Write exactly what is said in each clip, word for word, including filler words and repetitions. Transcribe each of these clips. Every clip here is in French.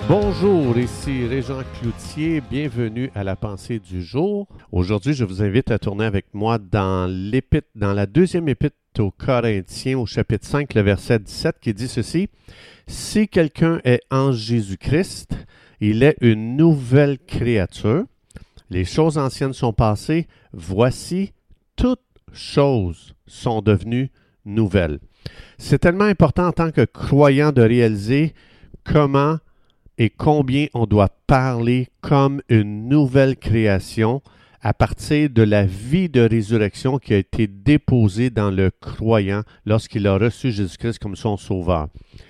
Bonjour, ici Régent Cloutier, bienvenue à la pensée du jour. Aujourd'hui, je vous invite à tourner avec moi dans l'épître, dans la deuxième épître aux Corinthiens, au chapitre cinq, le verset dix-sept, qui dit ceci: « Si quelqu'un est en Jésus-Christ, il est une nouvelle créature. Les choses anciennes sont passées, voici, toutes choses sont devenues nouvelles. » C'est tellement important en tant que croyant de réaliser comment et combien on doit parler comme une nouvelle création à partir de la vie de résurrection qui a été déposée dans le croyant lorsqu'il a reçu Jésus-Christ comme son sauveur.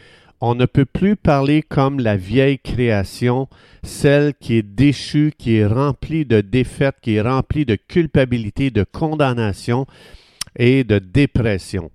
On ne peut plus parler comme la vieille création, celle qui est déchue, qui est remplie de défaites, qui est remplie de culpabilité, de condamnation et de dépression.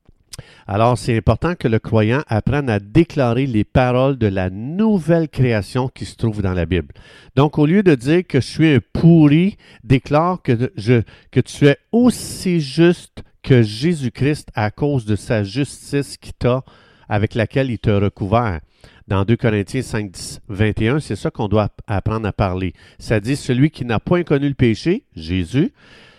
Alors, c'est important que le croyant apprenne à déclarer les paroles de la nouvelle création qui se trouve dans la Bible. Donc, au lieu de dire que je suis un pourri, déclare que, je, que tu es aussi juste que Jésus-Christ à cause de sa justice qui t'a, avec laquelle il t'a recouvert. Dans deux Corinthiens cinq, dix, vingt et un, c'est ça qu'on doit apprendre à parler. Ça dit, celui qui n'a point connu le péché, Jésus,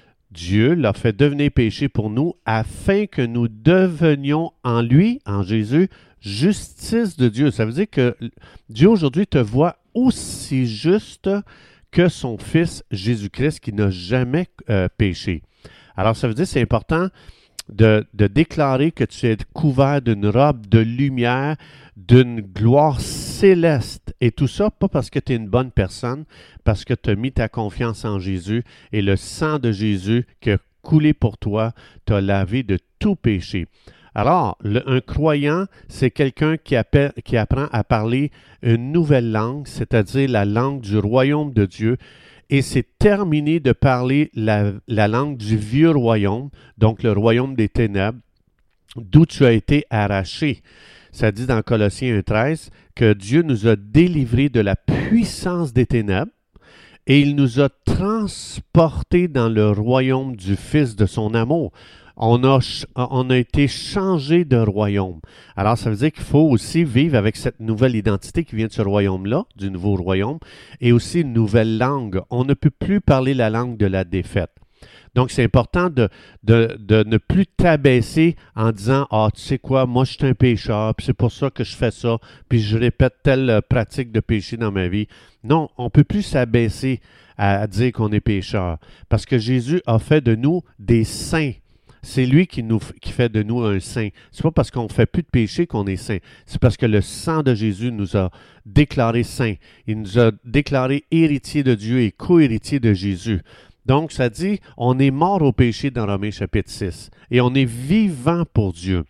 Dieu l'a fait devenir péché pour nous afin que nous devenions en lui, en Jésus, justice de Dieu. Ça veut dire que Dieu aujourd'hui te voit aussi juste que son Fils Jésus-Christ qui n'a jamais euh, péché. Alors ça veut dire que c'est important de, de déclarer que tu es couvert d'une robe de lumière, d'une gloire céleste. Et tout ça, pas parce que tu es une bonne personne, parce que tu as mis ta confiance en Jésus et le sang de Jésus qui a coulé pour toi t'a lavé de tout péché. Alors, le, un croyant, c'est quelqu'un qui, appelle, qui apprend à parler une nouvelle langue, c'est-à-dire la langue du royaume de Dieu. Et c'est terminé de parler la, la langue du vieux royaume, donc le royaume des ténèbres, d'où tu as été arraché. Ça dit dans Colossiens un treize que Dieu nous a délivrés de la puissance des ténèbres et il nous a transportés dans le royaume du Fils de son amour. On a, on a été changé de royaume. Alors, ça veut dire qu'il faut aussi vivre avec cette nouvelle identité qui vient de ce royaume-là, du nouveau royaume, et aussi une nouvelle langue. On ne peut plus parler la langue de la défaite. Donc, c'est important de, de, de ne plus t'abaisser en disant « Ah, tu sais quoi, moi, je suis un pécheur, puis c'est pour ça que je fais ça, puis je répète telle pratique de péché dans ma vie. » Non, on ne peut plus s'abaisser à, à dire qu'on est pécheur, parce que Jésus a fait de nous des saints. C'est lui qui, nous, qui fait de nous un saint. C'est pas parce qu'on ne fait plus de péché qu'on est saint. C'est parce que le sang de Jésus nous a déclarés saints. Il nous a déclarés héritiers de Dieu et co-héritiers de Jésus. Donc, ça dit, on est mort au péché dans Romains chapitre six et on est vivant pour Dieu.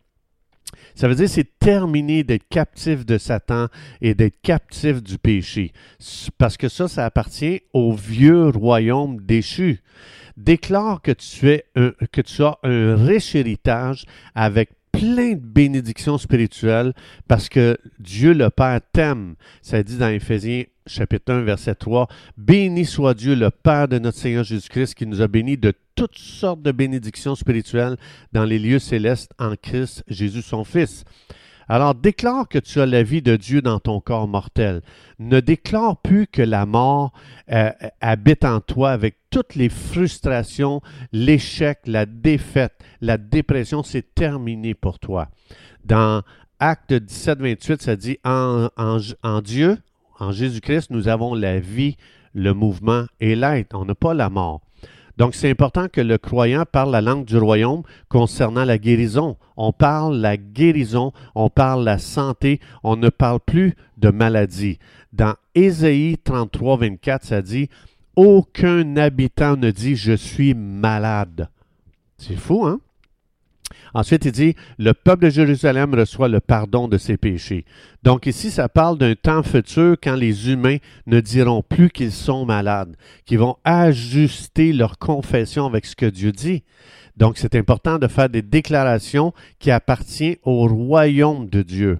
Ça veut dire que c'est terminé d'être captif de Satan et d'être captif du péché. Parce que ça, ça appartient au vieux royaume déchu. Déclare que tu, es un, que tu as un riche héritage avec plein de bénédictions spirituelles parce que Dieu le Père t'aime. Ça dit dans Éphésiens chapitre un, verset trois, « Béni soit Dieu, le Père de notre Seigneur Jésus-Christ, qui nous a bénis de toutes sortes de bénédictions spirituelles dans les lieux célestes en Christ Jésus son Fils. » Alors, déclare que tu as la vie de Dieu dans ton corps mortel. Ne déclare plus que la mort euh, habite en toi avec toutes les frustrations, l'échec, la défaite, la dépression, c'est terminé pour toi. Dans Actes dix-sept, vingt-huit, ça dit en, en, en Dieu, en Jésus-Christ, nous avons la vie, le mouvement et l'être. On n'a pas la mort. Donc, c'est important que le croyant parle la langue du royaume concernant la guérison. On parle la guérison, on parle la santé, on ne parle plus de maladie. Dans Ésaïe trente-trois, vingt-quatre, ça dit « Aucun habitant ne dit « Je suis malade ». C'est fou, hein? Ensuite, il dit « Le peuple de Jérusalem reçoit le pardon de ses péchés ». Donc ici, ça parle d'un temps futur quand les humains ne diront plus qu'ils sont malades, qu'ils vont ajuster leur confession avec ce que Dieu dit. Donc, c'est important de faire des déclarations qui appartiennent au royaume de Dieu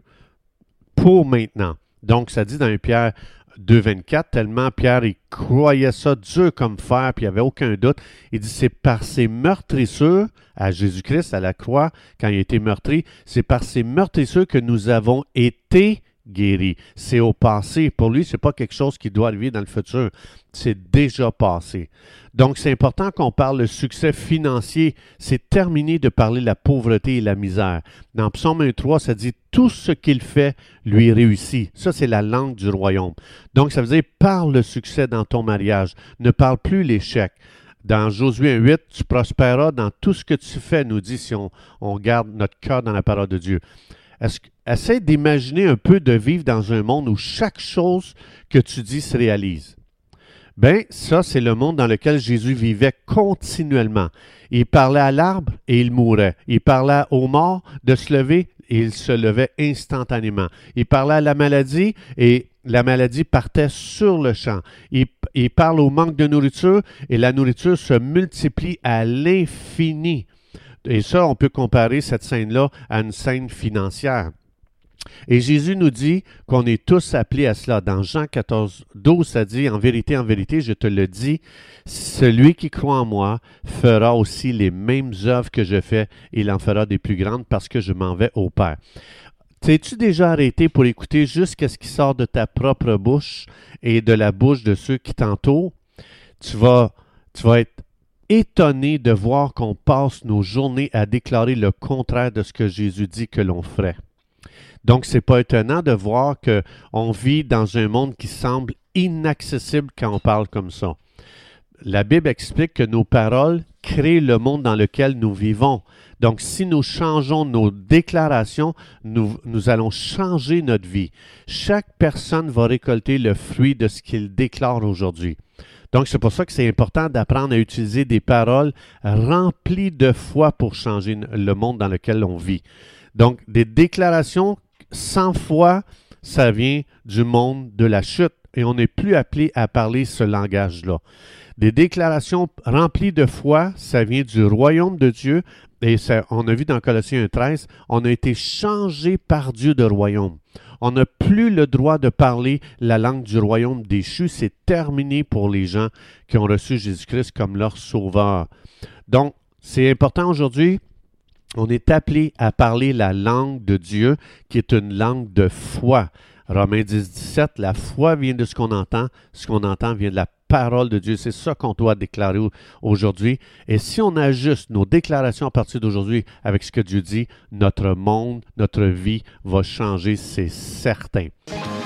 pour maintenant. Donc, ça dit dans un Pierre deux, vingt-quatre, tellement Pierre, il croyait ça dur comme fer, puis il n'y avait aucun doute. Il dit, c'est par ses meurtrissures, à Jésus-Christ, à la croix, quand il a été meurtri, c'est par ses meurtrissures que nous avons été guéri. C'est au passé. Pour lui, ce n'est pas quelque chose qui doit arriver dans le futur. C'est déjà passé. Donc, c'est important qu'on parle le succès financier. C'est terminé de parler de la pauvreté et la misère. Dans Psaume un trois, ça dit « Tout ce qu'il fait lui réussit ». Ça, c'est la langue du royaume. Donc, ça veut dire « Parle le succès dans ton mariage. Ne parle plus l'échec ». Dans Josué un huit, tu prospéreras dans tout ce que tu fais, nous dit, si on, on garde notre cœur dans la parole de Dieu. Est-ce, essaie d'imaginer un peu de vivre dans un monde où chaque chose que tu dis se réalise. Bien, ça, c'est le monde dans lequel Jésus vivait continuellement. Il parlait à l'arbre et il mourait. Il parlait aux morts de se lever et il se levait instantanément. Il parlait à la maladie et la maladie partait sur le champ. Il, il parle au manque de nourriture et la nourriture se multiplie à l'infini. Et ça, on peut comparer cette scène-là à une scène financière. Et Jésus nous dit qu'on est tous appelés à cela. Dans Jean quatorze, douze, ça dit « En vérité, en vérité, je te le dis, celui qui croit en moi fera aussi les mêmes œuvres que je fais, et il en fera des plus grandes parce que je m'en vais au Père. » T'es-tu déjà arrêté pour écouter jusqu'à ce qui sort de ta propre bouche et de la bouche de ceux qui t'entourent? Tu vas, tu vas être étonné de voir qu'on passe nos journées à déclarer le contraire de ce que Jésus dit que l'on ferait. Donc, ce n'est pas étonnant de voir qu'on vit dans un monde qui semble inaccessible quand on parle comme ça. La Bible explique que nos paroles créent le monde dans lequel nous vivons. Donc, si nous changeons nos déclarations, nous, nous allons changer notre vie. Chaque personne va récolter le fruit de ce qu'il déclare aujourd'hui. Donc, c'est pour ça que c'est important d'apprendre à utiliser des paroles remplies de foi pour changer le monde dans lequel on vit. Donc, des déclarations sans foi, ça vient du monde de la chute et on n'est plus appelé à parler ce langage-là. Des déclarations remplies de foi, ça vient du royaume de Dieu et ça, on a vu dans Colossiens un treize, on a été changé par Dieu de royaume. On n'a plus le droit de parler la langue du royaume déchu. C'est terminé pour les gens qui ont reçu Jésus-Christ comme leur sauveur. Donc, c'est important aujourd'hui. On est appelé à parler la langue de Dieu, qui est une langue de foi. Romains dix, dix-sept, la foi vient de ce qu'on entend, ce qu'on entend vient de la parole de Dieu. C'est ça qu'on doit déclarer aujourd'hui. Et si on ajuste nos déclarations à partir d'aujourd'hui avec ce que Dieu dit, notre monde, notre vie va changer, c'est certain.